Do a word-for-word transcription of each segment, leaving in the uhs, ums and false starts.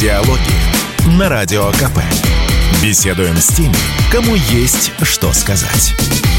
Диалоги на Радио КП. Беседуем с теми, кому есть что сказать.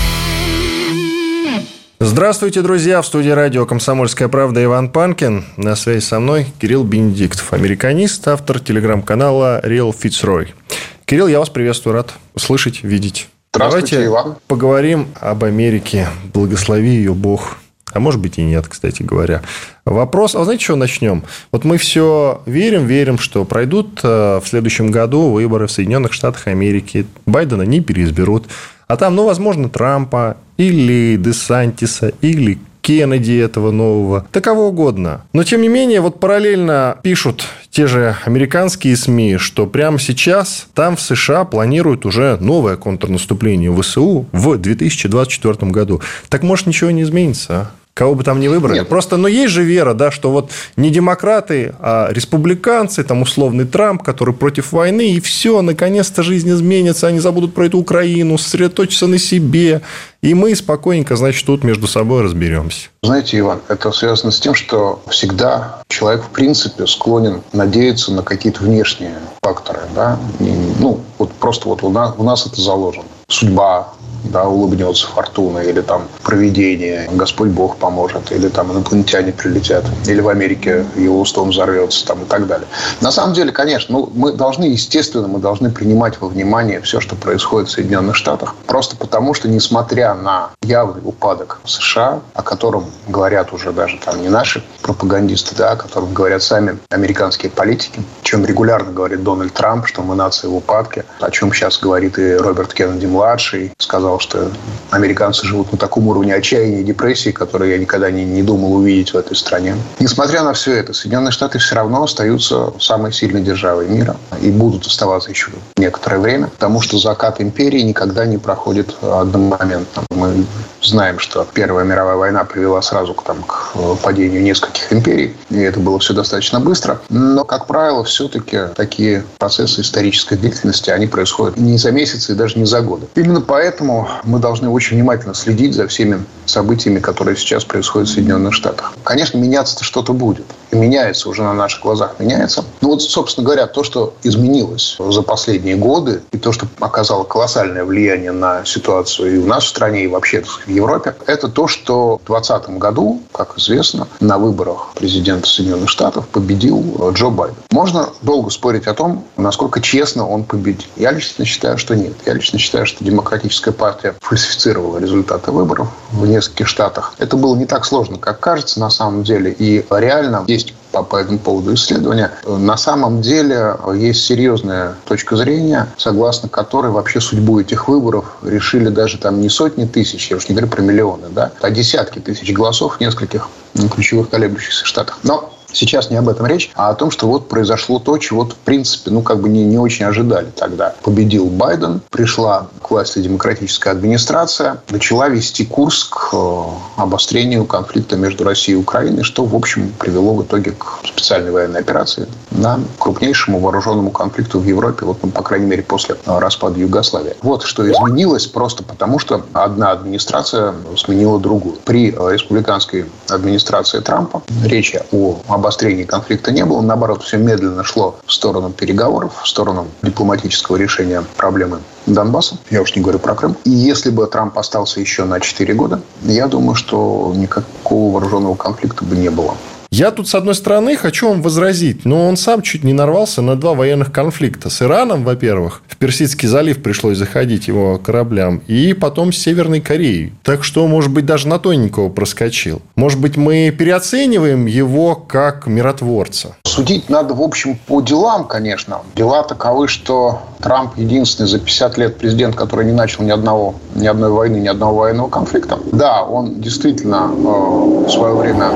Здравствуйте, друзья! В студии радио «Комсомольская правда» Иван Панкин. На связи со мной Кирилл Бенедиктов, американист, автор телеграм-канала Real Fitzroy. Кирилл, я вас приветствую, рад слышать, видеть. Здравствуйте, Давайте Иван. Поговорим об Америке. Благослови ее Бог. А может быть и нет, кстати говоря. Вопрос, а знаете, что начнем? Вот мы все верим, верим, что пройдут в следующем году выборы в Соединенных Штатах Америки. Байдена не переизберут. А там, ну, возможно, Трампа или Десантиса, или Кеннеди этого нового, да кого угодно. Но, тем не менее, вот параллельно пишут те же американские СМИ, что прямо сейчас там в США планируют уже новое контрнаступление ВСУ в две тысячи двадцать четвёртом году. Так, может, ничего не изменится, а? Кого бы там ни выбрали. Нет. Просто, ну, есть же вера, да, что вот не демократы, а республиканцы, там, условный Трамп, который против войны, и все, наконец-то жизнь изменится, они забудут про эту Украину, сосредоточатся на себе, и мы спокойненько, значит, тут между собой разберемся. Знаете, Иван, это связано с тем, что всегда человек, в принципе, склонен надеяться на какие-то внешние факторы, да, и, ну, вот просто вот у нас, у нас это заложено. Судьба, да, улыбнется фортуна, или там провидение, Господь Бог поможет, или там инопланетяне прилетят, или в Америке Йеллоустоун взорвется, там, и так далее. На самом деле, конечно, ну, мы должны, естественно, мы должны принимать во внимание все, что происходит в Соединенных Штатах, просто потому, что, несмотря на явный упадок в США, о котором говорят уже даже там не наши пропагандисты, да, о котором говорят сами американские политики, о чем регулярно говорит Дональд Трамп, что мы нация в упадке, о чем сейчас говорит и Роберт Кеннеди-младший, сказал, что американцы живут на таком уровне отчаяния и депрессии, который я никогда не, не думал увидеть в этой стране. Несмотря на все это, Соединенные Штаты все равно остаются самой сильной державой мира и будут оставаться еще некоторое время, потому что закат империи никогда не проходит одномоментно. Мы знаем, что Первая мировая война привела сразу к, там, к падению нескольких империй, и это было все достаточно быстро. Но, как правило, все-таки такие процессы исторической деятельности, они происходят не за месяцы и даже не за годы. Именно поэтому мы должны очень внимательно следить за всеми событиями, которые сейчас происходят в Соединенных Штатах. Конечно, меняться-то что-то будет. И меняется, уже на наших глазах меняется. Ну вот, собственно говоря, то, что изменилось за последние годы, и то, что оказало колоссальное влияние на ситуацию и у нас в стране, и вообще в Европе, это то, что в двадцатом году, как известно, на выборах президента Соединенных Штатов победил Джо Байден. Можно долго спорить о том, насколько честно он победил. Я лично считаю, что нет. Я лично считаю, что демократическая партия фальсифицировала результаты выборов в нескольких штатах. Это было не так сложно, как кажется на самом деле. И реально есть по, по этому поводу исследования. На самом деле есть серьезная точка зрения, согласно которой вообще судьбу этих выборов решили даже там не сотни тысяч, я уж не говорю про миллионы, да, а десятки тысяч голосов в нескольких ключевых колеблющихся штатах. Но сейчас не об этом речь, а о том, что вот произошло то, чего, в принципе, ну, как бы не, не очень ожидали тогда. Победил Байден, пришла к власти демократическая администрация, начала вести курс к э, обострению конфликта между Россией и Украиной, что, в общем, привело в итоге к специальной военной операции, да, крупнейшему вооруженному конфликту в Европе, вот, ну, по крайней мере, после э, распада Югославии. Вот что изменилось просто потому, что одна администрация сменила другую. При э, республиканской администрации Трампа речи о обострении конфликта не было. Наоборот, все медленно шло в сторону переговоров, в сторону дипломатического решения проблемы Донбасса. Я уж не говорю про Крым. И если бы Трамп остался еще на четыре года, я думаю, что никакого вооруженного конфликта бы не было. Я тут, с одной стороны, хочу вам возразить, но он сам чуть не нарвался на два военных конфликта. С Ираном, во-первых, в Персидский залив пришлось заходить его кораблям, и потом с Северной Кореей. Так что, может быть, даже на тоненького проскочил. Может быть, мы переоцениваем его как миротворца? Судить надо, в общем, по делам, конечно. Дела таковы, что Трамп единственный за пятьдесят лет президент, который не начал ни одного, ни одной войны, ни одного военного конфликта. Да, он действительно э, в свое время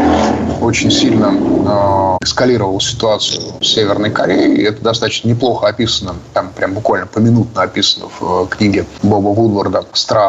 очень сильно э, эскалировал ситуацию в Северной Корее. И это достаточно неплохо описано, там прям буквально поминутно описано в э, книге Боба Вудварда «Страх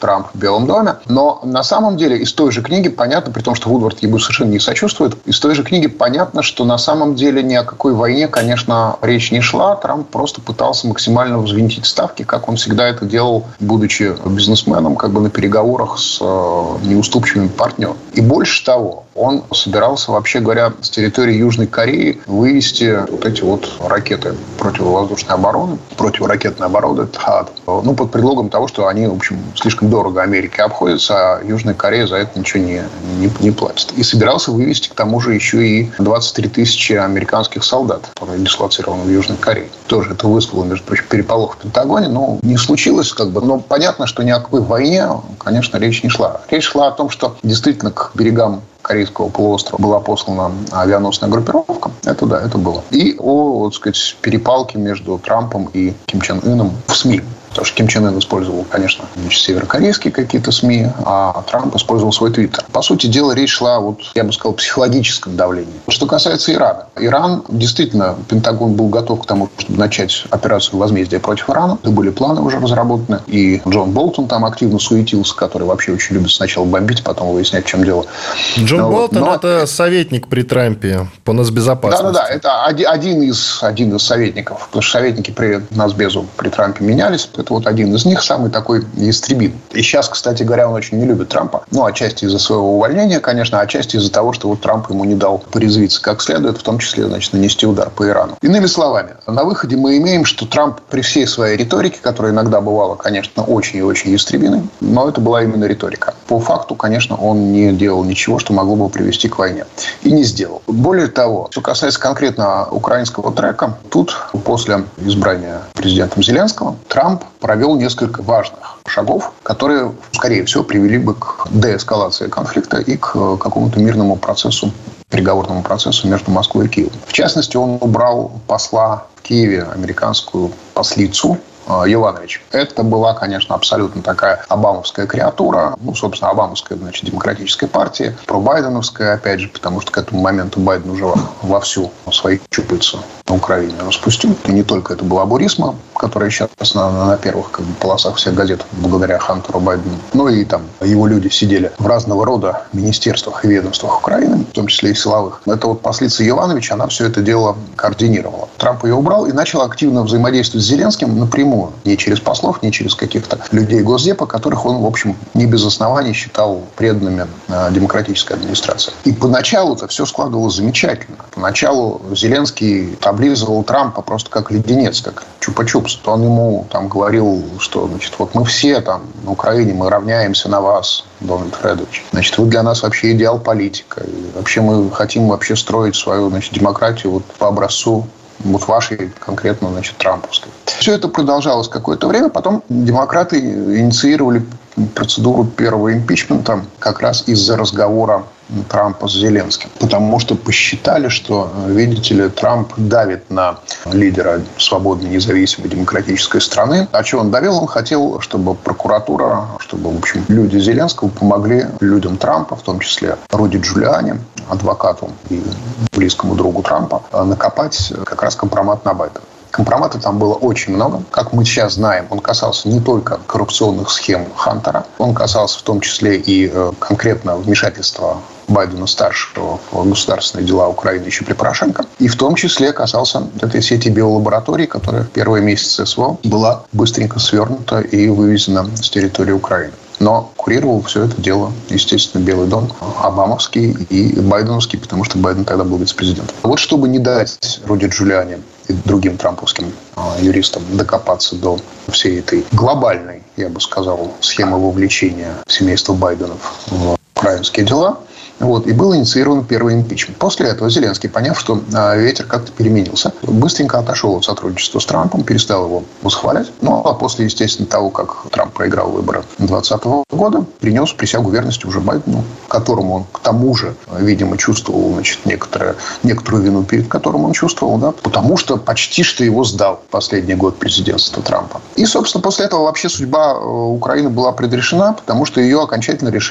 Трамп в Белом доме. Но на самом деле из той же книги понятно, при том, что Вудвард ему совершенно не сочувствует, из той же книги понятно, что на самом деле ни о какой войне, конечно, речь не шла. Трамп просто пытался максимально взвинтить ставки, как он всегда это делал, будучи бизнесменом, как бы на переговорах с неуступчивыми партнерами. И больше того, он собирался, вообще говоря, с территории Южной Кореи вывести вот эти вот ракеты противовоздушной обороны, противоракетной обороны ТХААД. Ну, под предлогом того, что они, в общем, слишком дорого Америке обходятся, а Южная Корея за это ничего не, не, не платит. И собирался вывести, к тому же, еще и двадцать три тысячи американских солдат, которые дислоцированы в Южной Корее. Тоже это вызвало, между прочим, переполох в Пентагоне. Но не случилось, как бы. Но понятно, что ни о какой войне, конечно, речь не шла. Речь шла о том, что действительно к берегам Корейского полуострова была послана авианосная группировка. Это да, это было. И о, вот, сказать, перепалке между Трампом и Ким Чен Ыном в СМИ. Потому что Ким Чен Ын использовал, конечно, северокорейские какие-то СМИ, а Трамп использовал свой твиттер. По сути дела, речь шла, вот, я бы сказал, о психологическом давлении. Что касается Ирана. Иран, действительно, Пентагон был готов к тому, чтобы начать операцию возмездия против Ирана. Это были планы уже разработаны. И Джон Болтон там активно суетился, который вообще очень любит сначала бомбить, потом выяснять, в чем дело. Джон Но, Болтон но... – это советник при Трампе по нацбезопасности. Да-да-да, это один из, один из советников. Потому что советники при нацбезу при Трампе менялись. Это вот один из них, самый такой ястребин. И сейчас, кстати говоря, он очень не любит Трампа. Ну, отчасти из-за своего увольнения, конечно, отчасти из-за того, что вот Трамп ему не дал порезвиться как следует, в том числе, значит, нанести удар по Ирану. Иными словами, на выходе мы имеем, что Трамп при всей своей риторике, которая иногда бывала, конечно, очень и очень ястребиной, но это была именно риторика. По факту, конечно, он не делал ничего, что могло бы привести к войне. И не сделал. Более того, что касается конкретно украинского трека, тут, после избрания президентом Зеленского, Трамп провел несколько важных шагов, которые, скорее всего, привели бы к деэскалации конфликта и к какому-то мирному процессу, переговорному процессу между Москвой и Киевом. В частности, он убрал посла в Киеве, американскую послицу Йованович. Это была, конечно, абсолютно такая обамовская креатура. Ну, собственно, обамовская, значит, демократическая партия. Пробайденовская, опять же, потому что к этому моменту Байден уже вовсю свои щупальца на Украине распустил. И не только это была Бурисма, которая сейчас на, на первых как бы, полосах всех газет благодаря Хантеру Байдену. Ну и там его люди сидели в разного рода министерствах и ведомствах Украины, в том числе и силовых. Это вот послица Йованович, она все это дело координировала. Трамп ее убрал и начал активно взаимодействовать с Зеленским напрямую. Не через послов, не через каких-то людей Госдепа, которых он, в общем, не без оснований считал преданными демократической администрации. И поначалу-то все складывалось замечательно. Поначалу Зеленский облизывал Трампа просто как леденец, как чупа-чупс. То он ему там говорил, что, значит, вот мы все там на Украине, мы равняемся на вас, Дональд Фредович. Значит, вы для нас вообще идеал политика. И вообще мы хотим вообще строить свою, значит, демократию вот по образцу вот вашей конкретно, значит, трамповской. Все это продолжалось какое-то время. Потом демократы инициировали процедуру первого импичмента как раз из-за разговора Трампа с Зеленским. Потому что посчитали, что, видите ли, Трамп давит на лидера свободной, независимой, демократической страны. А что он давил? Он хотел, чтобы прокуратура, чтобы, в общем, люди Зеленского помогли людям Трампа, в том числе Руди Джулиани, адвокату и близкому другу Трампа, накопать как раз компромат на Байдена. Компромата там было очень много. Как мы сейчас знаем, он касался не только коррупционных схем Хантера, он касался в том числе и конкретно вмешательства Байдена-старшего в государственные дела Украины еще при Порошенко. И в том числе касался этой сети биолабораторий, которая в первые месяцы СВО была быстренько свернута и вывезена с территории Украины. Но курировал все это дело, естественно, Белый дом, обамовский и байденовский, потому что Байден тогда был вице-президентом. Вот чтобы не дать Руди Джулиани и другим трамповским юристам докопаться до всей этой глобальной, я бы сказал, схемы вовлечения семейства Байденов в украинские дела, вот, и был инициирован первый импичмент. После этого Зеленский, поняв, что а, ветер как-то переменился, быстренько отошел от сотрудничества с Трампом, перестал его восхвалять. Ну, а после, естественно, того, как Трамп проиграл выборы две тысячи двадцатого года, принес присягу верности уже Байдену, которому он, к тому же, видимо, чувствовал, значит, некоторое, некоторую вину, перед которым он чувствовал, да, потому что почти что его сдал последний год президентства Трампа. И, собственно, после этого вообще судьба Украины была предрешена, потому что ее окончательно решили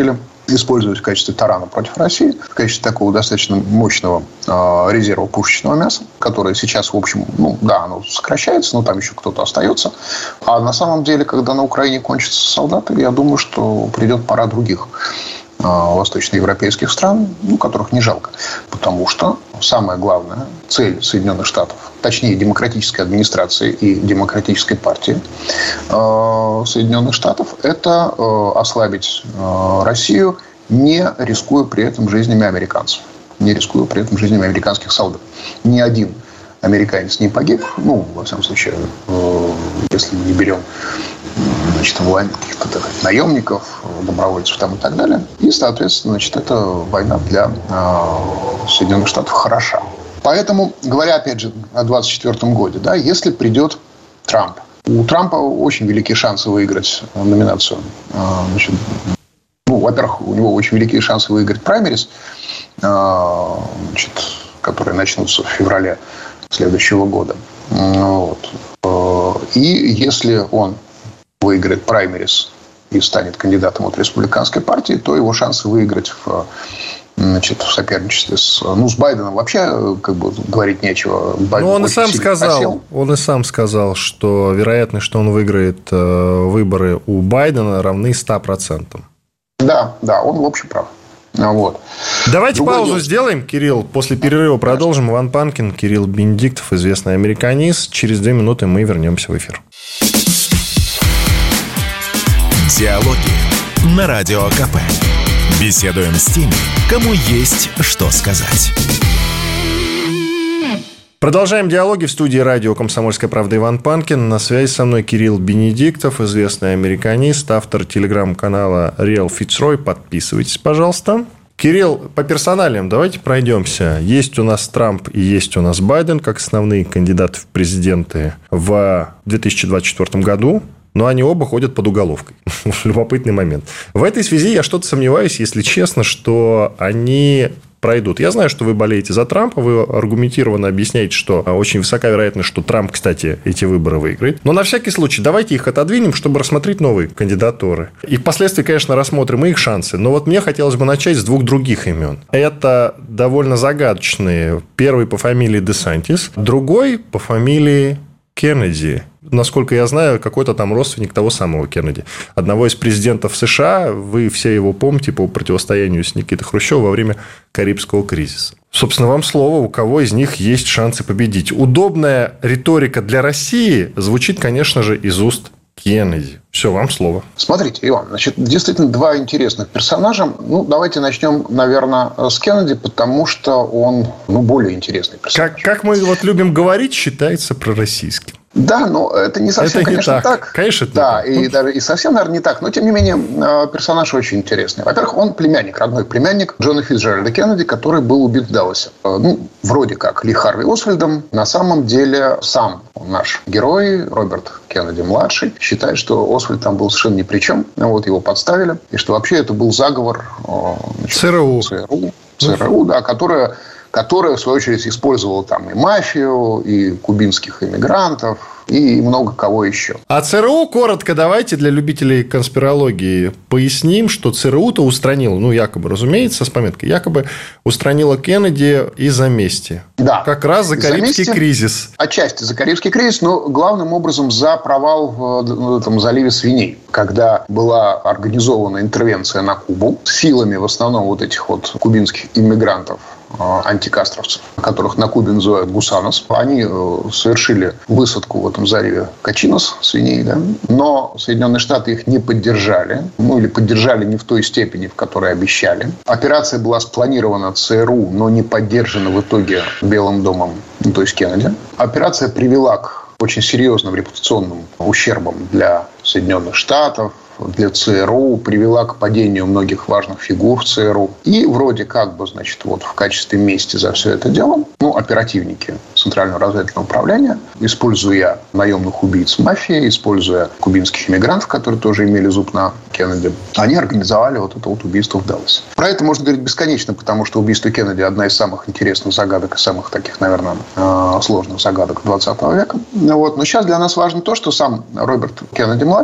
использовать в качестве тарана против России, в качестве такого достаточно мощного э, резерва пушечного мяса, которое сейчас, в общем, ну да, оно сокращается, но там еще кто-то остается. А на самом деле, когда на Украине кончатся солдаты, я думаю, что придет пора других э, восточноевропейских стран, ну, которых не жалко. Потому что самая главная цель Соединенных Штатов, точнее, демократической администрации и демократической партии э, Соединенных Штатов, это э, ослабить э, Россию, не рискуя при этом жизнями американцев, не рискуя при этом жизнями американских солдат. Ни один американец не погиб, ну, во всяком случае, э, если мы не берем значит, каких-то так, наемников, добровольцев там и так далее. И, соответственно, значит, эта война для э, Соединенных Штатов хороша. Поэтому, говоря, опять же, о двадцать четвёртом годе, да, если придет Трамп, у Трампа очень великие шансы выиграть номинацию. Значит, ну, во-первых, у него очень великие шансы выиграть праймерис, значит, которые начнутся в феврале следующего года. Вот. И если он выиграет праймерис и станет кандидатом от республиканской партии, то его шансы выиграть в Значит, в соперничестве с, ну, с Байденом вообще как бы говорить нечего. Байден ну, он и сам сказал, просел. он и сам сказал, что вероятность, что он выиграет э, выборы у Байдена, равны ста процентам. Да, да, он в общем прав. Вот. Давайте Другой паузу день. сделаем, Кирилл. После перерыва продолжим. Иван Панкин, Кирилл Бенедиктов, известный американист. Через две минуты мы вернемся в эфир. Диалоги на Радио КП. Беседуем с теми, кому есть что сказать. Продолжаем диалоги в студии радио «Комсомольская правда» Иван Панкин. На связи со мной Кирилл Бенедиктов, известный американист, автор телеграм-канала Real Fitzroy. Подписывайтесь, пожалуйста. Кирилл, по персоналиям давайте пройдемся. Есть у нас Трамп и есть у нас Байден как основные кандидаты в президенты в две тысячи двадцать четвёртом году. Но они оба ходят под уголовкой. Любопытный момент. В этой связи я что-то сомневаюсь, если честно, что они пройдут. Я знаю, что вы болеете за Трампа, вы аргументированно объясняете, что очень высока вероятность, что Трамп, кстати, эти выборы выиграет. Но на всякий случай давайте их отодвинем, чтобы рассмотреть новые кандидатуры. И впоследствии, конечно, рассмотрим и их шансы. Но вот мне хотелось бы начать с двух других имен. Это довольно загадочные. Первый по фамилии Десантис, другой по фамилии Кеннеди. Насколько я знаю, какой-то там родственник того самого Кеннеди. Одного из президентов США. Вы все его помните по противостоянию с Никитой Хрущевым во время Карибского кризиса. Собственно, вам слово, у кого из них есть шансы победить. Удобная риторика для России звучит, конечно же, из уст Кеннеди. Все, вам слово. Смотрите, Иван, значит, действительно два интересных персонажа. Ну, давайте начнем, наверное, с Кеннеди, потому что он, ну, более интересный персонаж. Как, как мы вот любим говорить, считается пророссийским. Да, но это не совсем, это конечно, не так. так. Конечно, это да, не так. и даже и совсем, наверное, не так. Но, тем не менее, персонаж очень интересный. Во-первых, он племянник, родной племянник Джона Фицджеральда Кеннеди, который был убит в Далласе. Ну, вроде как Ли Харви Освальдом. На самом деле, сам наш герой, Роберт Кеннеди-младший, считает, что Освальд там был совершенно ни при чем. Вот его подставили. И что вообще это был заговор значит, ЦРУ. ЦРУ, ЦРУ, да, которая... которая, в свою очередь, использовала там и мафию, и кубинских иммигрантов, и много кого еще. А ЦРУ, коротко давайте для любителей конспирологии поясним, что ЦРУ-то устранила, ну, якобы, разумеется, с пометкой, якобы устранила Кеннеди из-за мести. Да. Как раз за Карибский кризис. Отчасти за Карибский кризис, но главным образом за провал в этом заливе свиней, когда была организована интервенция на Кубу силами, в основном, вот этих вот кубинских иммигрантов, антикастровцев, которых на Кубе называют гусанос. Они совершили высадку в этом заливе качинос, свиней, да? Но Соединенные Штаты их не поддержали. Ну, или поддержали не в той степени, в которой обещали. Операция была спланирована ЦРУ, но не поддержана в итоге Белым домом, ну, то есть Кеннеди. Операция привела к очень серьезным репутационным ущербам для Соединенных Штатов, для ЦРУ, привела к падению многих важных фигур в ЦРУ. И вроде как бы, значит, вот в качестве мести за все это дело, ну, оперативники Центрального разведывательного управления, используя наемных убийц мафии, используя кубинских иммигрантов, которые тоже имели зуб на Кеннеди, они организовали вот это вот убийство в Далласе. Про это можно говорить бесконечно, потому что убийство Кеннеди – одна из самых интересных загадок и самых таких, наверное, сложных загадок двадцатого века. Вот. Но сейчас для нас важно то, что сам Роберт Кеннеди-младший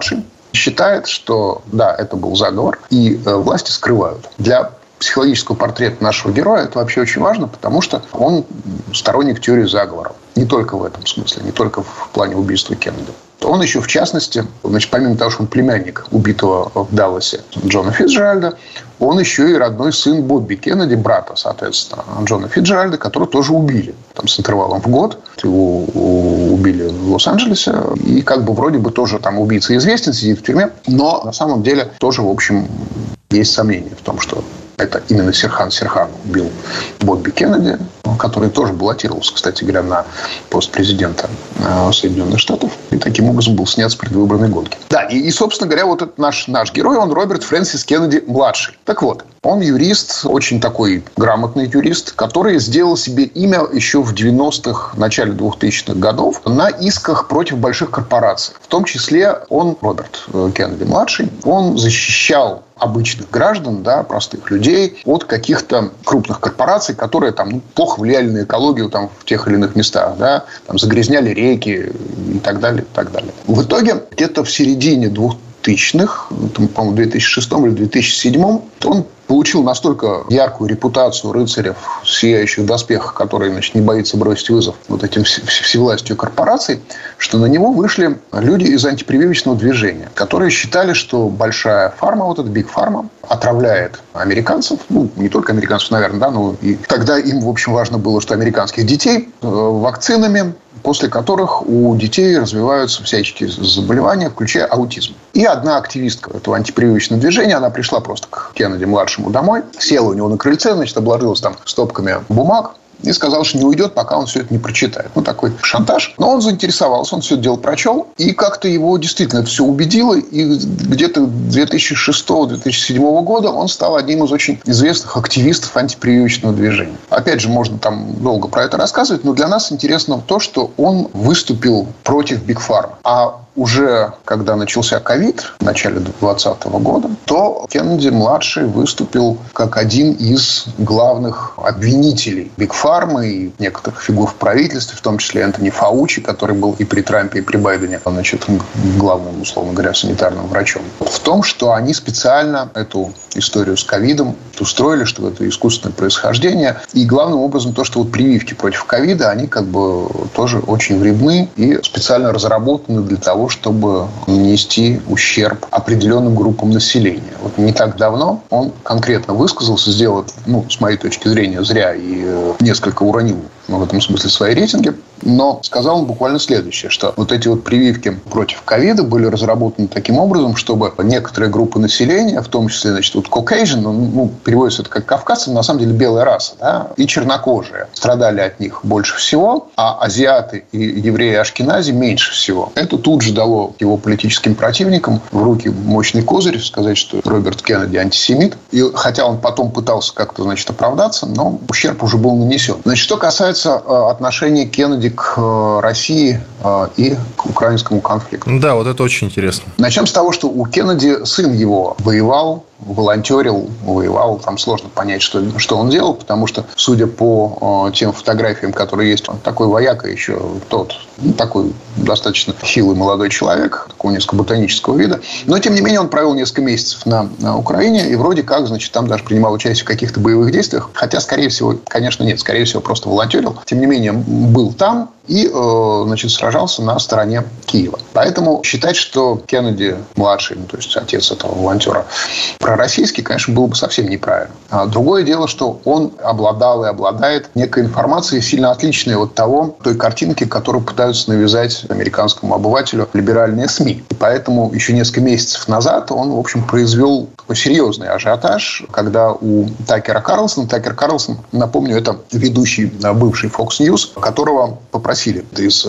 считает, что да, это был заговор, и э, власти скрывают. Для психологического портрета нашего героя это вообще очень важно, потому что он сторонник теории заговора. Не только в этом смысле, не только в плане убийства Кеннеди. Он еще, в частности, значит, помимо того, что он племянник убитого в Далласе Джона Фицджеральда, он еще и родной сын Бобби Кеннеди, брата, соответственно, Джона Фицджеральда, которого тоже убили там, с интервалом в год. Его убили в Лос-Анджелесе. И как бы вроде бы тоже там убийца известен, сидит в тюрьме. Но на самом деле тоже, в общем, есть сомнения в том, что это именно Сирхан Сирхан убил Бобби Кеннеди, который тоже баллотировался, кстати говоря, на пост президента Соединенных Штатов. И таким образом был снят с предвыборной гонки. Да, и, и собственно говоря, вот этот наш, наш герой, он Роберт Фрэнсис Кеннеди-младший. Так вот, он юрист, очень такой грамотный юрист, который сделал себе имя еще в девяностых, начале двухтысячных годов на исках против больших корпораций. В том числе он, Роберт Кеннеди-младший, он защищал обычных граждан, да, простых людей от каких-то крупных корпораций, которые там, ну, плохо влияли на экологию там, в тех или иных местах, да, там, загрязняли реки и так далее, и так далее. В итоге где-то в середине двухтысячных, по-моему, в две тысячи шестом или две тысячи седьмом, он получил настолько яркую репутацию рыцаря в сияющих доспехах, который, значит, не боится бросить вызов вот этим всевластию корпораций, что на него вышли люди из антипрививочного движения, которые считали, что большая фарма, вот эта Big Pharma, отравляет американцев, ну, не только американцев, наверное, да, но и тогда им, в общем, важно было, что американских детей э, вакцинами, после которых у детей развиваются всяческие заболевания, включая аутизм. И одна активистка этого антипрививочного движения, она пришла просто к Кеннеди-младшему домой, села у него на крыльце, значит, обложилась там стопками бумаг, и сказал, что не уйдет, пока он все это не прочитает. Ну, такой шантаж. Но он заинтересовался, он все это дело прочел. И как-то его действительно это все убедило. И где-то две тысячи шестого - две тысячи седьмого года он стал одним из очень известных активистов антипрививочного движения. Опять же, можно там долго про это рассказывать, но для нас интересно то, что он выступил против Big Pharma. А уже когда начался ковид в начале двадцатого года, то Кеннеди-младший выступил как один из главных обвинителей Big Pharma и некоторых фигур в правительстве, в том числе Энтони Фаучи, который был и при Трампе, и при Байдене, значит, главным, условно говоря, санитарным врачом, в том, что они специально эту историю с ковидом устроили, что это искусственное происхождение. И главным образом то, что вот прививки против ковида, они как бы тоже очень вредны и специально разработаны для того, чтобы нанести ущерб определенным группам населения. Вот не так давно он конкретно высказался, сделал, ну, с моей точки зрения, зря и несколько уронил, ну, в этом смысле свои рейтинги. Но сказал он буквально следующее, что вот эти вот прививки против ковида были разработаны таким образом, чтобы некоторые группы населения, в том числе, значит, вот Caucasian, ну, переводится это как кавказцы, но на самом деле белая раса, да, и чернокожие страдали от них больше всего, а азиаты и евреи Ашкенази меньше всего. Это тут же дало его политическим противникам в руки мощный козырь, сказать, что Роберт Кеннеди антисемит. И хотя он потом пытался как-то, значит, оправдаться, но ущерб уже был нанесен. Значит, что касается э, отношения Кеннеди к э, России э, и к украинскому конфликту. Да, вот это очень интересно. Начнем с того, что у Кеннеди сын его воевал, волонтерил, воевал. Там сложно понять, что, что он делал, потому что, судя по э, тем фотографиям, которые есть, он такой вояка еще тот, ну, такой достаточно хилый молодой человек, такого несколько ботанического вида. Но, тем не менее, он провел несколько месяцев на, на Украине и вроде как, значит, там даже принимал участие в каких-то боевых действиях. Хотя, скорее всего, конечно, нет, скорее всего, просто волонтерил. Тем не менее, был там и, э, значит, сражался на стороне Киева. Поэтому считать, что Кеннеди-младший, ну, то есть отец этого волонтера, пророссийский, конечно, было бы совсем неправильно. А другое дело, что он обладал и обладает некой информацией, сильно отличной от того, той картинки, которую пытаются навязать американскому обывателю либеральные СМИ. И поэтому еще несколько месяцев назад он, в общем, произвел такой серьезный ажиотаж, когда у Такера Карлсона, Такер Карлсон, напомню, это ведущий бывший Fox News, которого попросили из,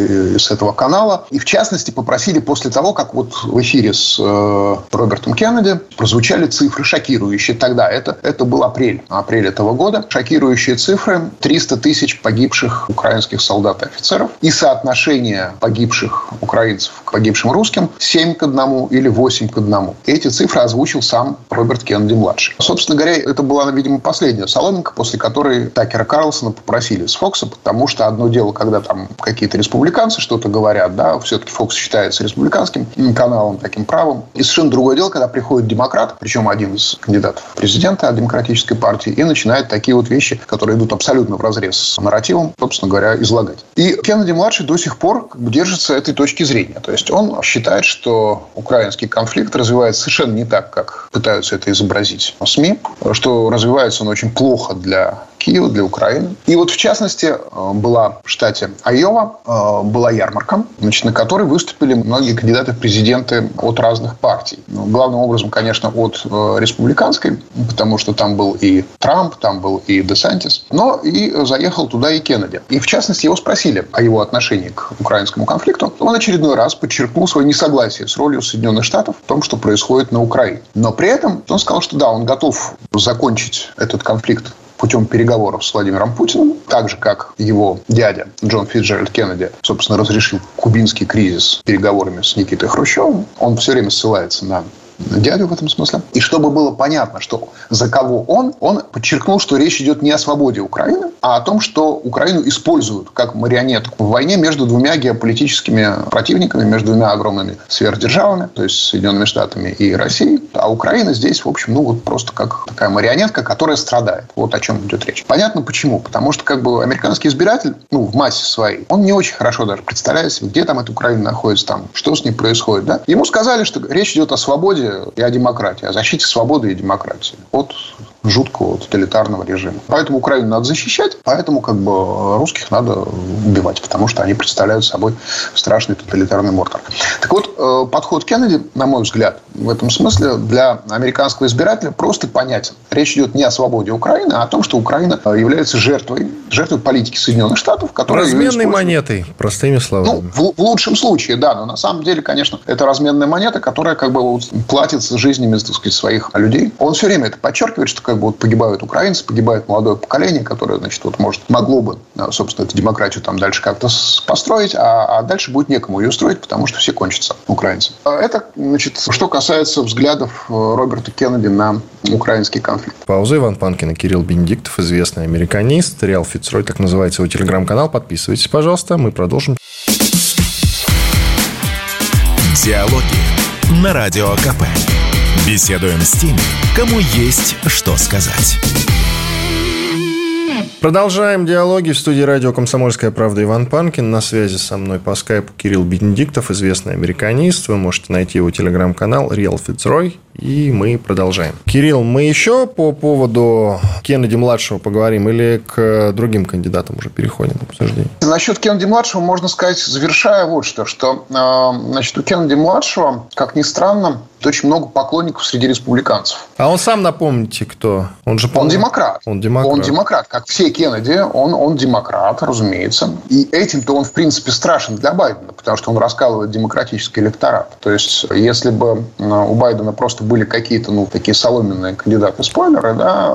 из этого канала. И, в частности, попросили после того, как вот в эфире с Робертом Кеннеди прозвучали цифры шокирующие. Тогда это, это был апрель, апрель этого года. Шокирующие цифры: триста тысяч погибших украинских солдат и офицеров. И соотношение погибших украинцев к погибшим русским семь к одному или восемь к одному. Эти цифры озвучил сам Роберт Кеннеди-младший. Собственно говоря, это была, видимо, последняя соломинка, после которой Такера Карлсона попросили с Фокса, потому что одно дело, когда когда там какие-то республиканцы что-то говорят, да, все-таки Fox считается республиканским каналом, таким правым. И совершенно другое дело, когда приходит демократ, причем один из кандидатов в президенты от демократической партии, и начинает такие вот вещи, которые идут абсолютно вразрез с нарративом, собственно говоря, излагать. И Кеннеди-младший до сих пор как бы держится этой точки зрения. То есть он считает, что украинский конфликт развивается совершенно не так, как пытаются это изобразить СМИ, что развивается он очень плохо для Киева, для Украины. И вот, в частности, была в штате Айова, была ярмарка, значит, на которой выступили многие кандидаты в президенты от разных партий. Ну, главным образом, конечно, от республиканской, потому что там был и Трамп, там был и Десантис, но и заехал туда и Кеннеди. И, в частности, его спросили о его отношении к украинскому конфликту. Он очередной раз подчеркнул свое несогласие с ролью Соединенных Штатов в том, что происходит на Украине. Но при этом он сказал, что да, он готов закончить этот конфликт путем переговоров с Владимиром Путиным, так же, как его дядя Джон Фицджеральд Кеннеди, собственно, разрешил кубинский кризис переговорами с Никитой Хрущевым. Он все время ссылается на дядю в этом смысле. И чтобы было понятно, что за кого он, он подчеркнул, что речь идет не о свободе Украины, а о том, что Украину используют как марионетку в войне между двумя геополитическими противниками, между двумя огромными сверхдержавами, то есть Соединенными Штатами и Россией. А Украина здесь, в общем, ну вот просто как такая марионетка, которая страдает. Вот о чем идет речь. Понятно почему. Потому что как бы американский избиратель, ну, в массе своей, он не очень хорошо даже представляет себе, где там эта Украина находится, там, что с ней происходит. Да? Ему сказали, что речь идет о свободе и о демократии, о защите свободы и демократии от жуткого тоталитарного режима. Поэтому Украину надо защищать, поэтому как бы русских надо убивать, потому что они представляют собой страшный тоталитарный мортор. Так вот, подход Кеннеди, на мой взгляд, в этом смысле для американского избирателя просто понятен. Речь идет не о свободе Украины, а о том, что Украина является жертвой, жертвой политики Соединенных Штатов, которая разменной монетой, простыми словами. Ну, в, в лучшем случае, да, но на самом деле, конечно, это разменная монета, которая как бы вот платится жизнями, так сказать, своих людей. Он все время это подчеркивает, что как бы вот погибают украинцы, погибает молодое поколение, которое, значит, вот может, могло бы, собственно, эту демократию там дальше как-то построить, а, а дальше будет некому ее строить, потому что все кончатся украинцы. Это, значит, что касается взглядов Роберта Кеннеди на украинский конфликт. Пауза. Иван Панкин и Кирилл Бенедиктов, известный американист. Реал Фицрой, так называется его телеграм-канал. Подписывайтесь, пожалуйста. Мы продолжим. Диалоги на Радио КП. Беседуем с теми, кому есть что сказать. Продолжаем диалоги. В студии радио «Комсомольская правда» Иван Панкин. На связи со мной по скайпу Кирилл Бенедиктов, известный американист. Вы можете найти его телеграм-канал Real Фицрой. И мы продолжаем. Кирилл, мы еще по поводу Кеннеди-младшего поговорим или к другим кандидатам уже переходим к обсуждению? Насчет Кеннеди-младшего можно сказать, завершая вот что, что значит, у Кеннеди-младшего, как ни странно, очень много поклонников среди республиканцев. А он сам, напомните, кто? Он же он демократ. Он демократ. Он демократ. Как все Кеннеди, он, он демократ, разумеется. И этим-то он, в принципе, страшен для Байдена, потому что он раскалывает демократический электорат. То есть, если бы у Байдена просто были какие-то, ну, такие соломенные кандидаты-спойлеры, да,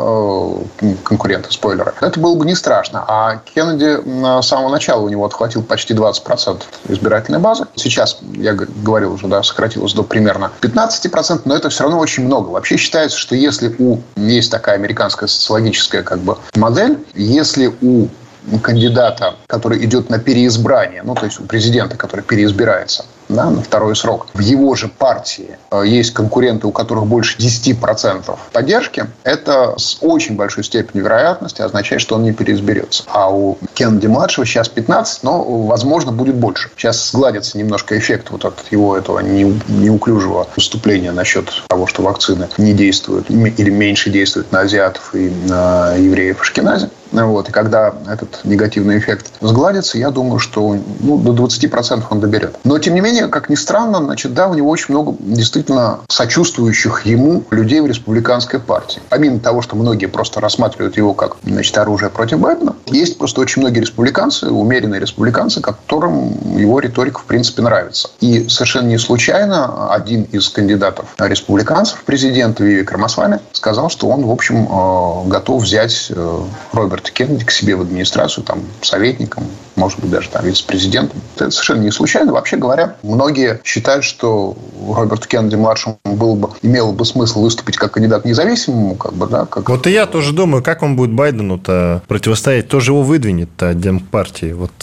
конкуренты-спойлеры, это было бы не страшно. А Кеннеди с самого начала у него отхватил почти двадцать процентов избирательной базы. Сейчас, я говорил уже, да, сократилось до примерно пятнадцать процентов, но это все равно очень много. Вообще считается, что если у... Есть такая американская социологическая как бы модель, если у кандидата, который идет на переизбрание, ну, то есть у президента, который переизбирается, да, на второй срок, в его же партии есть конкуренты, у которых больше десять процентов поддержки, это с очень большой степенью вероятности означает, что он не переизберется. А у Кеннеди-младшего сейчас пятнадцать, но, возможно, будет больше. Сейчас сгладится немножко эффект вот от его этого неуклюжего выступления насчет того, что вакцины не действуют или меньше действуют на азиатов и на евреев ашкенази. Вот. И когда этот негативный эффект сгладится, я думаю, что ну, до двадцати процентов он доберет. Но, тем не менее, как ни странно, значит, да, у него очень много действительно сочувствующих ему людей в республиканской партии. Помимо того, что многие просто рассматривают его как, значит, оружие против Байдена, есть просто очень многие республиканцы, умеренные республиканцы, которым его риторика, в принципе, нравится. И совершенно не случайно один из кандидатов республиканцев в президенты, Вивек Рамасвами, сказал, что он, в общем, готов взять Роберта Кеннеди к себе в администрацию, там, советником, может быть, даже там, вице-президентом. Это совершенно не случайно. Вообще говоря, многие считают, что Роберту Кеннеди-младшему было бы, имело бы смысл выступить как кандидат независимому. Как бы, да, как... Вот и я тоже думаю, как он будет Байдену-то противостоять. Кто же его выдвинет-то от Демпартии? Вот...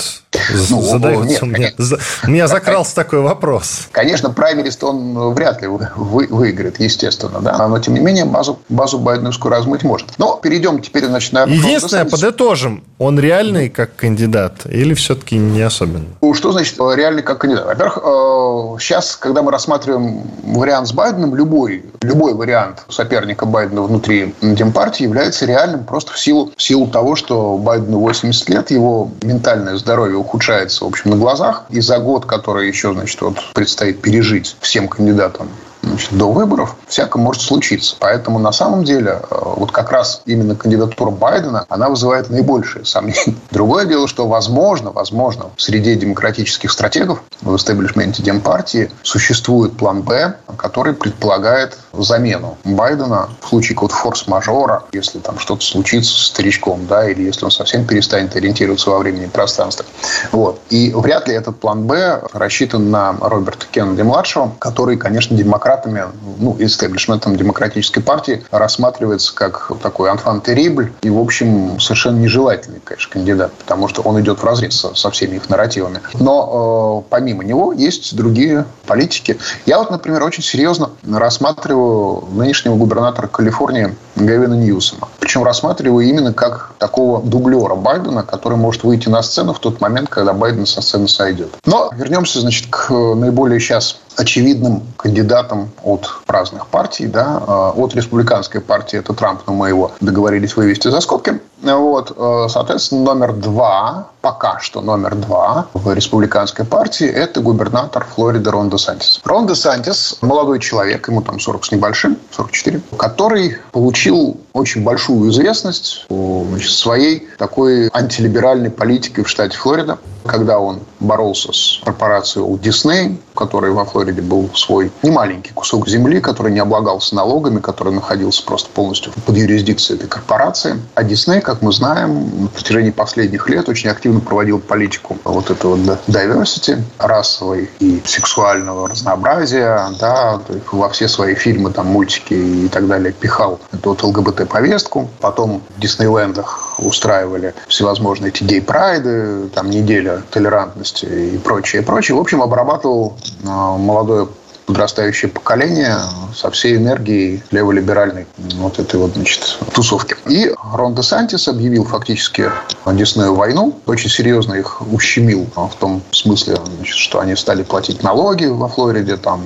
Ну, Задается нет, у меня, у меня закрался такой вопрос. Конечно, праймерист он вряд ли вы, вы, выиграет, естественно, да, но тем не менее базу, базу байденовскую размыть может. Но перейдем теперь, значит, на... Единственное, подытожим, он реальный как кандидат или все-таки не особенно? Что значит реальный как кандидат? Во-первых, сейчас, когда мы рассматриваем вариант с Байденом, любой, любой вариант соперника Байдена внутри Демпартии является реальным просто в силу, в силу того, что Байдену восемьдесят лет, его ментальное здоровье ухудшается, в общем, на глазах. И за год, который еще, значит, вот предстоит пережить всем кандидатам, значит, до выборов, всякое может случиться. Поэтому, на самом деле, вот как раз именно кандидатура Байдена, она вызывает наибольшие сомнения. Другое дело, что, возможно, возможно, среди демократических стратегов в истеблишменте Демпартии существует план «Б», который предполагает замену Байдена в случае какого-то форс-мажора, если там что-то случится с старичком, да, или если он совсем перестанет ориентироваться во времени и пространстве. Вот. И вряд ли этот план «Б» рассчитан на Роберта Кеннеди-младшего, который, конечно, демократ, ну, истеблишментом демократической партии рассматривается как такой enfant terrible и, в общем, совершенно нежелательный, конечно, кандидат, потому что он идет вразрез со, со всеми их нарративами. Но э, помимо него есть другие политики. Я вот, например, очень серьезно рассматриваю нынешнего губернатора Калифорнии Гэвина Ньюсома. Причем рассматриваю именно как такого дублера Байдена, который может выйти на сцену в тот момент, когда Байден со сцены сойдет. Но вернемся, значит, к наиболее сейчас очевидным кандидатам от разных партий, да, от республиканской партии это Трамп, но мы его договорились вывести за скобки. Вот, соответственно, номер два, пока что номер два в республиканской партии это губернатор Флориды Рон Десантис. Рон Десантис молодой человек, ему там сорок с небольшим, сорок четыре, который получил очень большую известность, значит, своей такой антилиберальной политикой в штате Флорида, когда он боролся с корпорацией Walt Disney, у которой во Флориде был свой немаленький кусок земли, который не облагался налогами, который находился просто полностью под юрисдикцией этой корпорации. А Disney, как мы знаем, на протяжении последних лет очень активно проводил политику вот этого diversity, расовой и сексуального разнообразия, да, во все свои фильмы, там, мультики и так далее пихал эту вот ЛГБТ-повестку. Потом в Диснейлендах устраивали всевозможные эти гей-прайды, там, неделя толерантности и прочее, прочее. В общем, обрабатывал молодое подрастающее поколение со всей энергией леволиберальной вот этой вот, значит, тусовки. И Рон Десантис объявил фактически Диснею войну, очень серьезно их ущемил в том смысле, значит, что они стали платить налоги во Флориде, там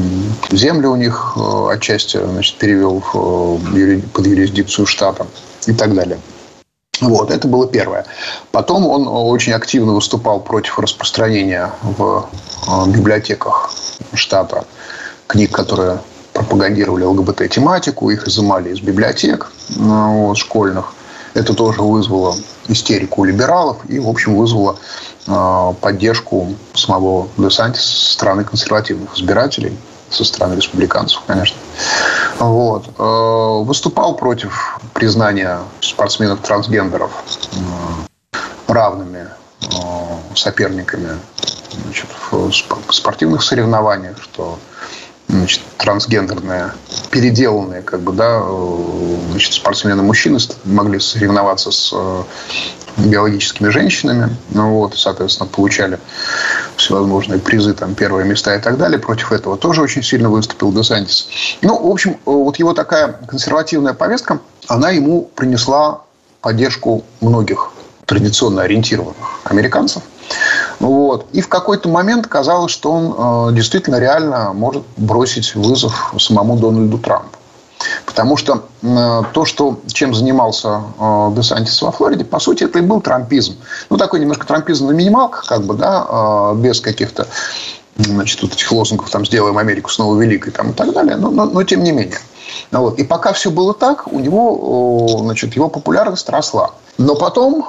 земли у них отчасти, значит, перевел под юрисдикцию штата и так далее. Вот, это было первое. Потом он очень активно выступал против распространения в библиотеках штата книг, которые пропагандировали ЛГБТ-тематику, их изымали из библиотек вот, школьных. Это тоже вызвало истерику у либералов и, в общем, вызвало э, поддержку самого Десантиса со стороны консервативных избирателей, со стороны республиканцев, конечно. Вот. Э, выступал против признания спортсменов-трансгендеров э, равными э, соперниками, значит, в спортивных соревнованиях, что, значит, трансгендерные, переделанные, как бы, да, значит, спортсмены-мужчины могли соревноваться с биологическими женщинами, ну, вот, соответственно, получали всевозможные призы, там, первые места и так далее. Против этого тоже очень сильно выступил Десантис. Ну, в общем, вот его такая консервативная повестка, она ему принесла поддержку многих традиционно ориентированных американцев. Вот. И в какой-то момент казалось, что он э, действительно реально может бросить вызов самому Дональду Трампу. Потому что э, то, что, чем занимался э, Десантис во Флориде, по сути, это и был трампизм. Ну, такой немножко трампизм на минималках, как бы, да, э, без каких-то, значит, вот этих лозунгов, там, «Сделаем Америку снова великой», там, и так далее. Но, но, но тем не менее. Вот. И пока все было так, у него, э, значит, его популярность росла. Но потом,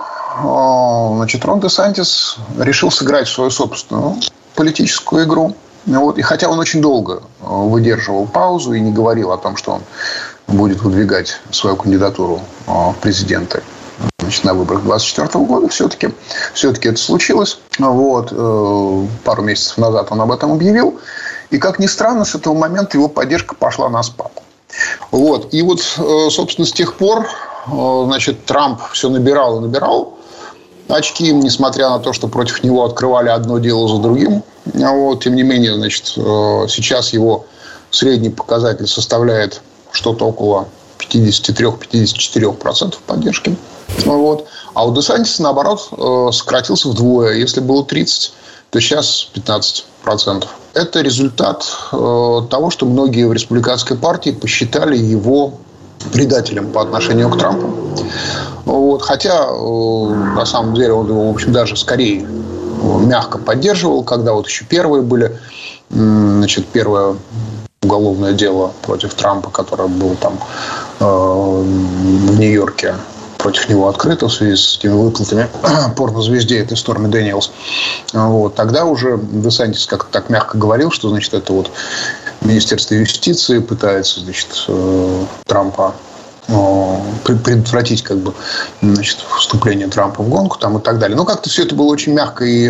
э, значит, Рон Десантис решил сыграть свою собственную политическую игру. Вот. И хотя он очень долго выдерживал паузу и не говорил о том, что он будет выдвигать свою кандидатуру в президенты, значит, на выборах двадцать четвёртого года, все-таки, все-таки это случилось. Вот. Пару месяцев назад он об этом объявил. И, как ни странно, с этого момента его поддержка пошла на спад. Вот. И вот, собственно, с тех пор, значит, Трамп все набирал и набирал очки, несмотря на то, что против него открывали одно дело за другим. Вот, тем не менее, значит, сейчас его средний показатель составляет что-то около пятьдесят три - пятьдесят четыре процента поддержки. Вот. А у Десантиса, наоборот, сократился вдвое. Если было тридцать, то сейчас пятнадцать процентов. Это результат того, что многие в республиканской партии посчитали его предателем по отношению к Трампу. Вот. Хотя, на самом деле, он его, в общем, даже скорее мягко поддерживал, когда вот еще первые были, значит, первое уголовное дело против Трампа, которое было там э, в Нью-Йорке, против него открыто в связи с этими выплатами порнозвезде этой Сторми Дэниелс. Вот. Тогда уже Десантис как-то так мягко говорил, что, значит, это вот Министерство юстиции пытается, значит, э, Трампа предотвратить, как бы, значит, вступление Трампа в гонку там, и так далее. Но как-то все это было очень мягко и,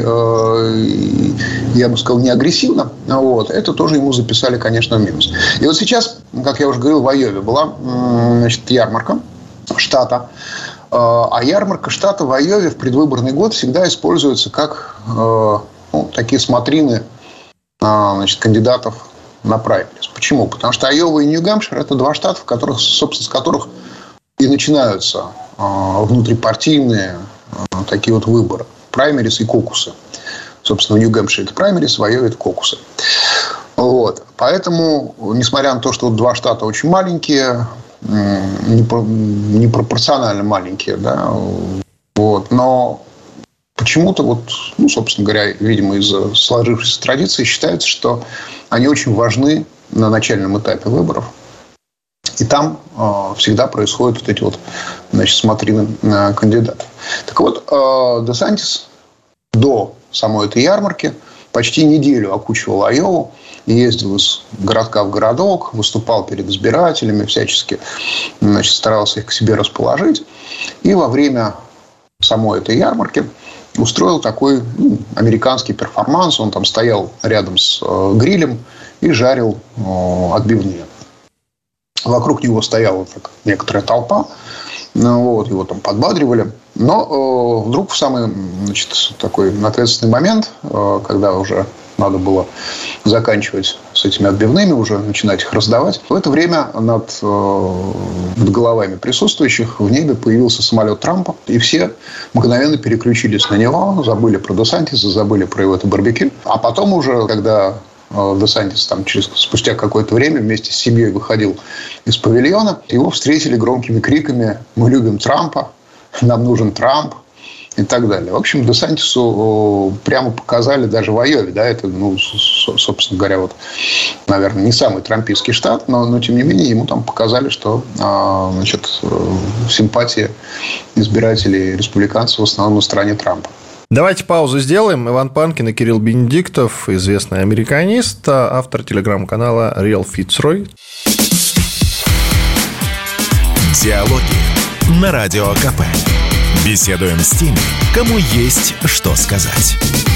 и я бы сказал, не агрессивно. Вот. Это тоже ему записали, конечно, в минус. И вот сейчас, как я уже говорил, в Айове была, значит, ярмарка штата. А ярмарка штата в Айове в предвыборный год всегда используется как, ну, такие смотрины, значит, кандидатов на праймерис. Почему? Потому что Айова и Нью-Гэмпшир – это два штата, в которых, собственно, с которых и начинаются э, внутрипартийные э, такие вот выборы. Праймерис и кокусы. Собственно, в Нью-Гэмпшире это праймерис, в Айове это кокусы. Вот. Поэтому, несмотря на то, что вот два штата очень маленькие, э, непропорционально маленькие, да, вот, но почему-то, вот, ну, собственно говоря, видимо, из-за сложившейся традиции считается, что они очень важны на начальном этапе выборов. И там э, всегда происходят вот эти вот, значит, смотрины э, кандидатов. Так вот, э, Десантис до самой этой ярмарки почти неделю окучивал Айову, ездил из городка в городок, выступал перед избирателями, всячески, значит, старался их к себе расположить. И во время самой этой ярмарки устроил такой, ну, американский перформанс. Он там стоял рядом с э, грилем и жарил э, отбивные. Вокруг него стояла так некоторая толпа. Ну, вот, его там подбадривали. Но э, вдруг в самый, значит, такой ответственный момент, э, когда уже надо было заканчивать с этими отбивными, уже начинать их раздавать. В это время над, э, над головами присутствующих в небе появился самолет Трампа. И все мгновенно переключились на него, забыли про Десантиса, забыли про его это барбекю. А потом уже, когда э, Десантис там, через, спустя какое-то время вместе с семьей выходил из павильона, его встретили громкими криками: «Мы любим Трампа», «Нам нужен Трамп», и так далее. В общем, Десантису прямо показали даже в Айове. Да, это, ну, собственно говоря, вот, наверное, не самый трампийский штат, но, но тем не менее ему там показали, что, значит, симпатия избирателей республиканцев в основном на стороне Трампа. Давайте паузу сделаем. Иван Панкин и Кирилл Бенедиктов, известный американист, автор телеграм-канала Real Fitzroy. Диалоги на Радио КП. Беседуем с теми, кому есть что сказать.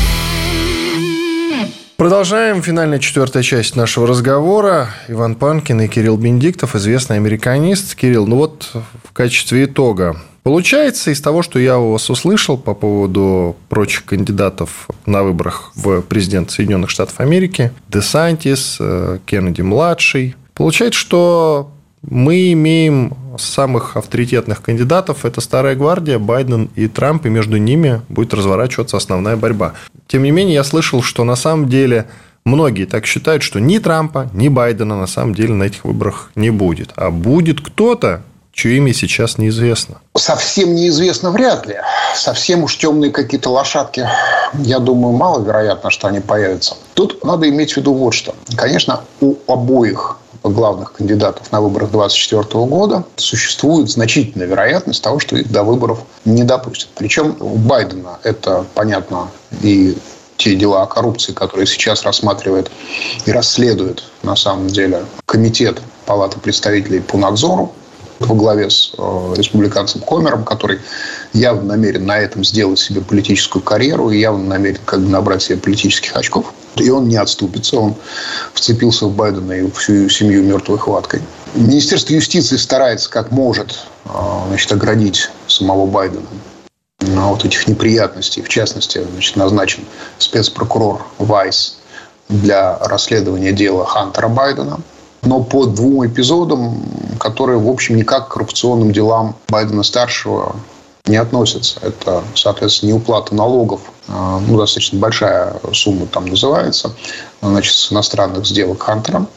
Продолжаем. Финальная четвертая часть нашего разговора. Иван Панкин и Кирилл Бенедиктов, известный американист. Кирилл, ну вот в качестве итога. Получается, из того, что я у вас услышал по поводу прочих кандидатов на выборах в президенты Соединенных Штатов Америки, Десантис, Кеннеди-младший, получается, что мы имеем самых авторитетных кандидатов. Это старая гвардия, Байден и Трамп, и между ними будет разворачиваться основная борьба. Тем не менее, я слышал, что на самом деле многие так считают, что ни Трампа, ни Байдена на самом деле на этих выборах не будет. А будет кто-то, чье имя сейчас неизвестно. Совсем неизвестно вряд ли. Совсем уж темные какие-то лошадки, я думаю, маловероятно, что они появятся. Тут надо иметь в виду вот что. Конечно, у обоих главных кандидатов на выборах две тысячи двадцать четвёртого года существует значительная вероятность того, что их до выборов не допустят. Причем у Байдена это, понятно, и те дела о коррупции, которые сейчас рассматривает и расследует, на самом деле, комитет Палаты представителей по надзору во главе с э, республиканцем Комером, который явно намерен на этом сделать себе политическую карьеру и явно намерен как бы набрать себе политических очков. И он не отступится. Он вцепился в Байдена и всю семью мертвой хваткой. Министерство юстиции старается как может, значит, оградить самого Байдена вот этих неприятностей. В частности, значит, назначен спецпрокурор Вайс для расследования дела Хантера Байдена. Но по двум эпизодам, которые, в общем, никак к коррупционным делам Байдена-старшего не относятся. Это, соответственно, неуплата налогов. Ну, достаточно большая сумма там называется, значит, с иностранных сделок Хантера.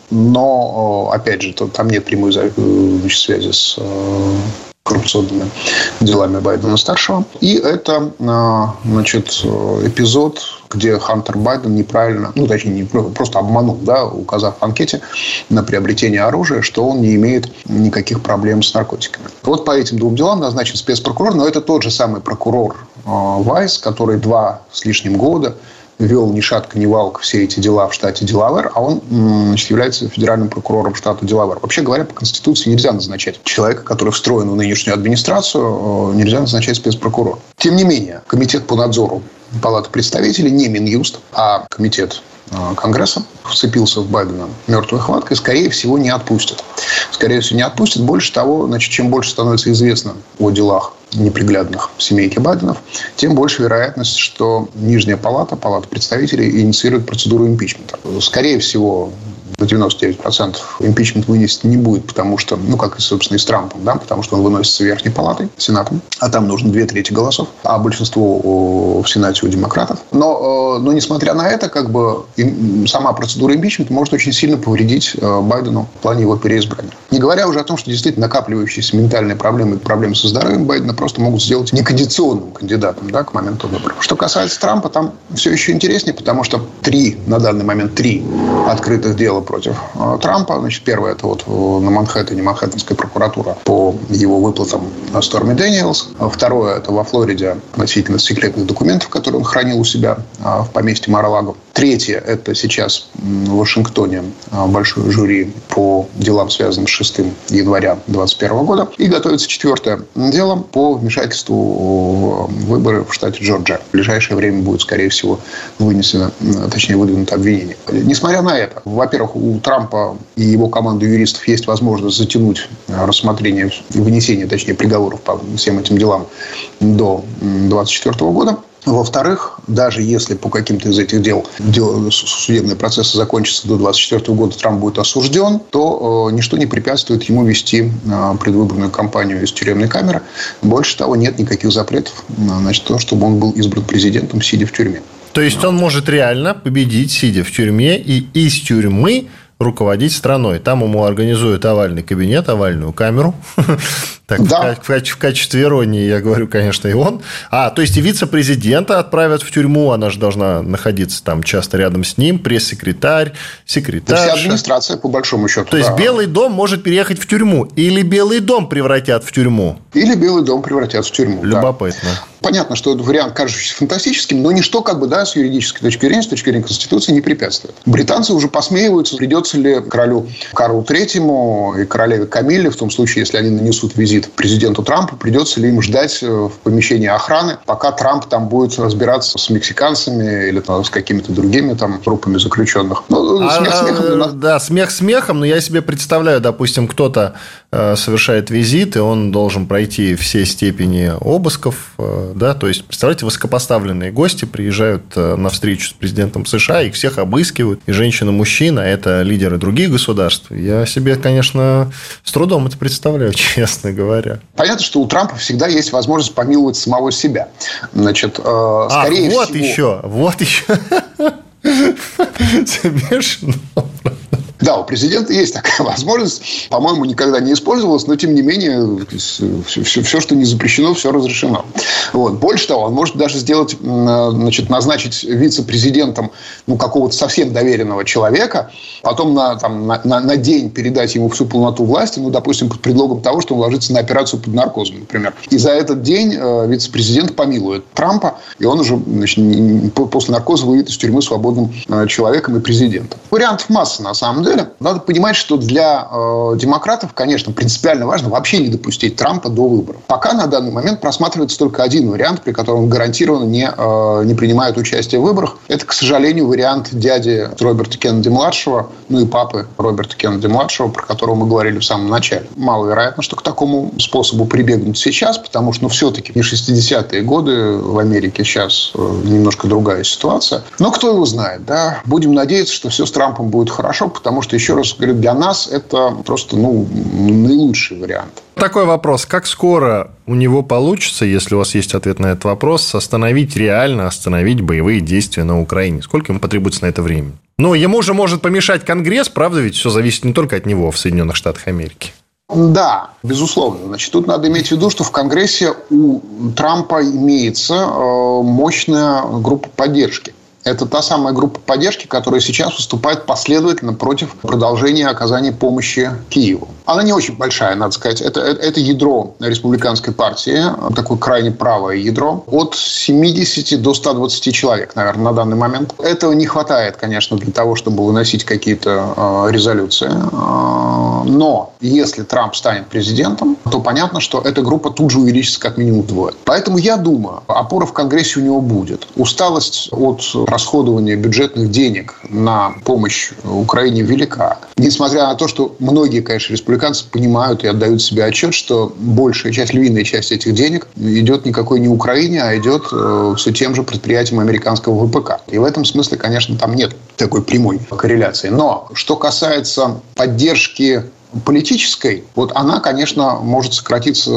Но, опять же, там нет прямой, значит, связи с коррупционными делами Байдена-старшего. И это, значит, эпизод, где Хантер Байден неправильно, ну, точнее, не просто обманул, да, указав в анкете на приобретение оружия, что он не имеет никаких проблем с наркотиками. Вот по этим двум делам назначен спецпрокурор, но это тот же самый прокурор Вайс, который два с лишним года вел ни шатка, ни валка все эти дела в штате Делавэр, а он, значит, является федеральным прокурором штата Делавэр. Вообще говоря, по Конституции нельзя назначать человека, который встроен в нынешнюю администрацию, нельзя назначать спецпрокурора. Тем не менее, комитет по надзору Палаты представителей, не Минюст, а комитет Конгресса вцепился в Байдена мертвой хваткой, скорее всего, не отпустит. Скорее всего, не отпустит. Больше того, значит, чем больше становится известно о делах неприглядных семейки Байденов, тем больше вероятность, что Нижняя палата, Палата представителей, инициирует процедуру импичмента. Скорее всего, до девяносто девять процентов импичмент вынести не будет, потому что, ну, как и, собственно, и с Трампом, да, потому что он выносится Верхней палатой, Сенатом, а там нужно две трети голосов, а большинство в Сенате у демократов. Но, но несмотря на это, как бы, сама процедура импичмента может очень сильно повредить Байдену в плане его переизбрания. Не говоря уже о том, что действительно накапливающиеся ментальные проблемы и проблемы со здоровьем Байдена просто могут сделать некондиционным кандидатом, да, к моменту выборов. Что касается Трампа, там все еще интереснее, потому что три, на данный момент три открытых дела против Трампа. Значит, первое, это вот на Манхэттене, Манхэттенская прокуратура по его выплатам Сторми Дэниелс. Второе, это во Флориде относительно секретных документов, которые он хранил у себя в поместье Мар-а-Лаго. Третье, это сейчас в Вашингтоне большое жюри по делам, связанным с шестым января две тысячи двадцать первого года. И готовится четвертое дело по вмешательству в выборы в штате Джорджия. В ближайшее время будет, скорее всего, вынесено, точнее, выдвинуто обвинение. Несмотря на это, во-первых, у Трампа и его команды юристов есть возможность затянуть рассмотрение и вынесение, точнее, приговоров по всем этим делам до две тысячи двадцать четвёртого года. Во-вторых, даже если по каким-то из этих дел, дел судебные процессы закончатся до две тысячи двадцать четвёртого года, Трамп будет осужден, то э, ничто не препятствует ему вести э, предвыборную кампанию из тюремной камеры. Больше того, нет никаких запретов на то, чтобы он был избран президентом, сидя в тюрьме. То есть он может реально победить, сидя в тюрьме, и из тюрьмы руководить страной. Там ему организуют овальный кабинет, овальную камеру. Так, да. в, в качестве иронии я говорю, конечно, и он. А, то есть и вице-президента отправят в тюрьму, она же должна находиться там часто рядом с ним, пресс-секретарь, секретарь. Вся администрация, по большому счету. То да. есть Белый дом может переехать в тюрьму, или Белый дом превратят в тюрьму? Или Белый дом превратят в тюрьму. Любопытно. Да. Понятно, что это вариант, кажущийся фантастическим, но ничто, как бы, да, с юридической точки зрения, с точки зрения Конституции, не препятствует. Британцы уже посмеиваются, придется ли королю Карлу Третьему и королеве Камилле, в том случае, если они нанесут визит президенту Трампу, придется ли им ждать в помещении охраны, пока Трамп там будет разбираться с мексиканцами или там, с какими-то другими там группами заключенных. Ну, а, смех смехом. А, да, смех смехом, но я себе представляю, допустим, кто-то э, совершает визит, и он должен пройти все степени обысков, э, да, то есть, представляете, высокопоставленные гости приезжают э, на встречу с президентом США, их всех обыскивают, и женщина, мужчина, это лидеры других государств. Я себе, конечно, с трудом это представляю, честно говоря. Понятно, что у Трампа всегда есть возможность помиловать самого себя. Значит, э, скорее а, вот всего... еще, вот еще. Смешно. Да, у президента есть такая возможность. По-моему, никогда не использовалась, но, тем не менее, все, все, все что не запрещено, все разрешено. Вот. Больше того, он может даже сделать, значит, назначить вице-президентом ну, какого-то совсем доверенного человека, потом на, там, на, на, на день передать ему всю полноту власти, ну, допустим, под предлогом того, что он ложится на операцию под наркозом, например. И за этот день вице-президент помилует Трампа, и он уже, значит, после наркоза выйдет из тюрьмы свободным человеком и президентом. Вариантов масса, на самом деле. деле, надо понимать, что для э, демократов, конечно, принципиально важно вообще не допустить Трампа до выборов. Пока на данный момент просматривается только один вариант, при котором он гарантированно не, э, не принимает участие в выборах. Это, к сожалению, вариант дяди Роберта Кеннеди-младшего, ну и папы Роберта Кеннеди-младшего, про которого мы говорили в самом начале. Маловероятно, что к такому способу прибегнуть сейчас, потому что, ну, все-таки не шестидесятые годы в Америке, сейчас немножко другая ситуация. Но кто его знает, да? Будем надеяться, что все с Трампом будет хорошо, потому что, еще раз говорю, для нас это просто, ну, наилучший вариант. Такой вопрос. Как скоро у него получится, если у вас есть ответ на этот вопрос, остановить реально, остановить боевые действия на Украине? Сколько ему потребуется на это времени? Ну, ему же может помешать Конгресс, правда, ведь все зависит не только от него в Соединенных Штатах Америки. Да, безусловно. Значит, тут надо иметь в виду, что в Конгрессе у Трампа имеется мощная группа поддержки. Это та самая группа поддержки, которая сейчас выступает последовательно против продолжения оказания помощи Киеву. Она не очень большая, надо сказать. Это, это, это ядро республиканской партии, такое крайне правое ядро, от семидесяти до ста двадцати человек, наверное, на данный момент. Этого не хватает, конечно, для того, чтобы выносить какие-то э, резолюции. Э, но если Трамп станет президентом, то понятно, что эта группа тут же увеличится как минимум вдвое. Поэтому я думаю, опора в Конгрессе у него будет. Усталость от расходования бюджетных денег на помощь Украине велика. Несмотря на то, что многие, конечно, республиканцы понимают и отдают себе отчет, что большая часть, львиная часть этих денег идет никакой не Украине, а идет э, все тем же предприятиям американского ВПК. И в этом смысле, конечно, там нет такой прямой корреляции. Но что касается поддержки политической, вот она, конечно, может сократиться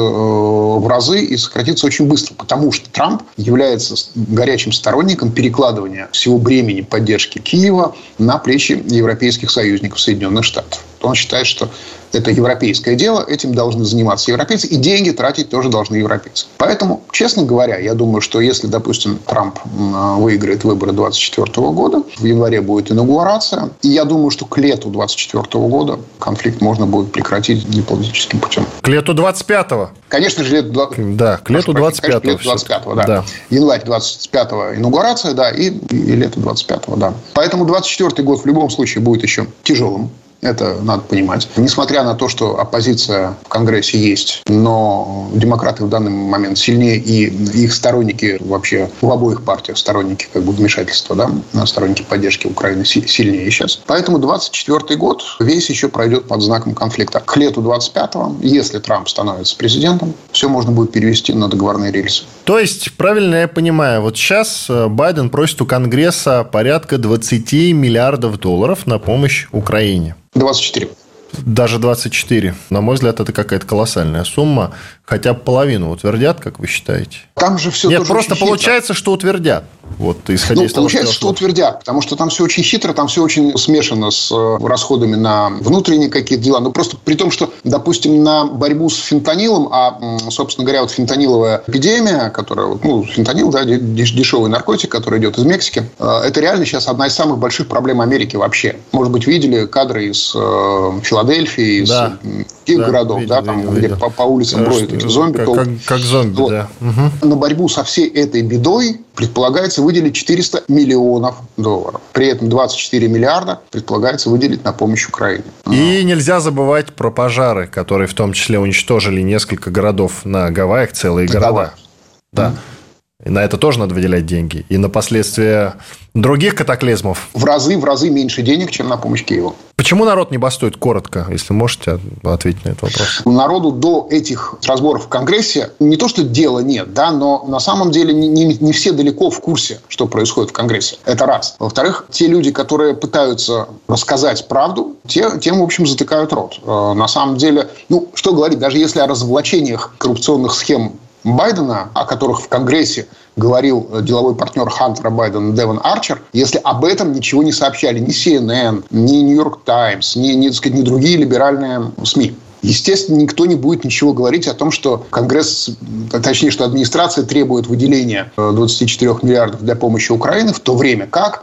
в разы и сократиться очень быстро, потому что Трамп является горячим сторонником перекладывания всего бремени поддержки Киева на плечи европейских союзников Соединенных Штатов. Он считает, что это европейское дело, этим должны заниматься европейцы, и деньги тратить тоже должны европейцы. Поэтому, честно говоря, я думаю, что если, допустим, Трамп выиграет выборы двадцать четвёртого года, в январе будет инаугурация, и я думаю, что к лету двадцать четвёртого года конфликт можно будет прекратить дипломатическим путем. К лету двадцать пятого? Конечно же, лету, да, к лету двадцать пятого. Конечно, к лету двадцать пятого, да. да. Январь двадцать пятого инаугурация, да, и, и лето двадцать пятого, да. Поэтому двадцать четвёртый год в любом случае будет еще тяжелым. Это надо понимать. Несмотря на то, что оппозиция в Конгрессе есть, но демократы в данный момент сильнее, и их сторонники вообще в обоих партиях сторонники как бы вмешательства, да, сторонники поддержки Украины сильнее сейчас. Поэтому двадцать четвёртый год весь еще пройдет под знаком конфликта. К лету двадцать пятого, если Трамп становится президентом, все можно будет перевести на договорные рельсы. То есть, правильно я понимаю, вот сейчас Байден просит у Конгресса порядка двадцать миллиардов долларов на помощь Украине. двадцать четыре. Даже двадцать четыре. На мой взгляд, это какая-то колоссальная сумма. Хотя бы половину утвердят, как вы считаете? Там же все Нет, тоже просто очень получается, хитро. что утвердят. Вот, исходя ну, из того, получается, что, что утвердят, потому что там все очень хитро, там все очень смешано с расходами на внутренние какие-то дела. Ну, просто при том, что, допустим, на борьбу с фентанилом, а, собственно говоря, вот фентаниловая эпидемия, которая, ну, фентанил, да, дешевый наркотик, который идет из Мексики, это реально сейчас одна из самых больших проблем Америки вообще. Может быть, видели кадры из Филадельфии, из да. других да, городов, видел, да, там, видел, где видел. По, по улицам бродят эти зомби. Как, то... как, как зомби, вот. да. Угу. На борьбу со всей этой бедой предполагается выделить четыреста миллионов долларов. При этом двадцать четыре миллиарда предполагается выделить на помощь Украине. И а. нельзя забывать про пожары, которые в том числе уничтожили несколько городов на Гавайях, целые на города. Гавайях. Да. Mm. И на это тоже надо выделять деньги. И на последствия других катаклизмов. В разы, в разы меньше денег, чем на помощь Киеву. Почему народ не бастует? Коротко, если можете ответить на этот вопрос. Народу до этих разборов в Конгрессе не то, что дела нет, да, но на самом деле не, не, не все далеко в курсе, что происходит в Конгрессе. Это раз. Во-вторых, те люди, которые пытаются рассказать правду, те, тем, в общем, затыкают рот. На самом деле, ну, что говорить, даже если о разоблачениях коррупционных схем Байдена, о которых в Конгрессе говорил деловой партнер Хантера Байдена Девон Арчер, если об этом ничего не сообщали ни си эн эн, ни Нью-Йорк Таймс, ни, ни, так сказать, ни другие либеральные СМИ. Естественно, никто не будет ничего говорить о том, что Конгресс, точнее, что администрация требует выделения двадцать четыре миллиардов для помощи Украине, в то время как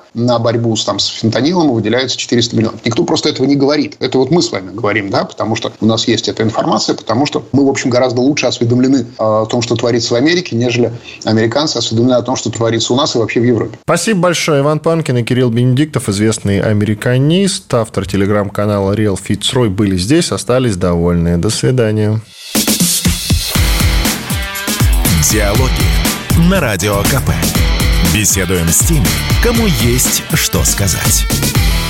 на борьбу с, там, с фентанилом выделяется четыреста миллионов. Никто просто этого не говорит. Это вот мы с вами говорим, да, потому что у нас есть эта информация, потому что мы, в общем, гораздо лучше осведомлены о том, что творится в Америке, нежели американцы осведомлены о том, что творится у нас и вообще в Европе. Спасибо большое. Иван Панкин и Кирилл Бенедиктов, известный американист, автор телеграм-канала Real Fitzroy, были здесь, остались довольны. До свидания. Диалоги на Радио КП. Беседуем с теми, кому есть что сказать.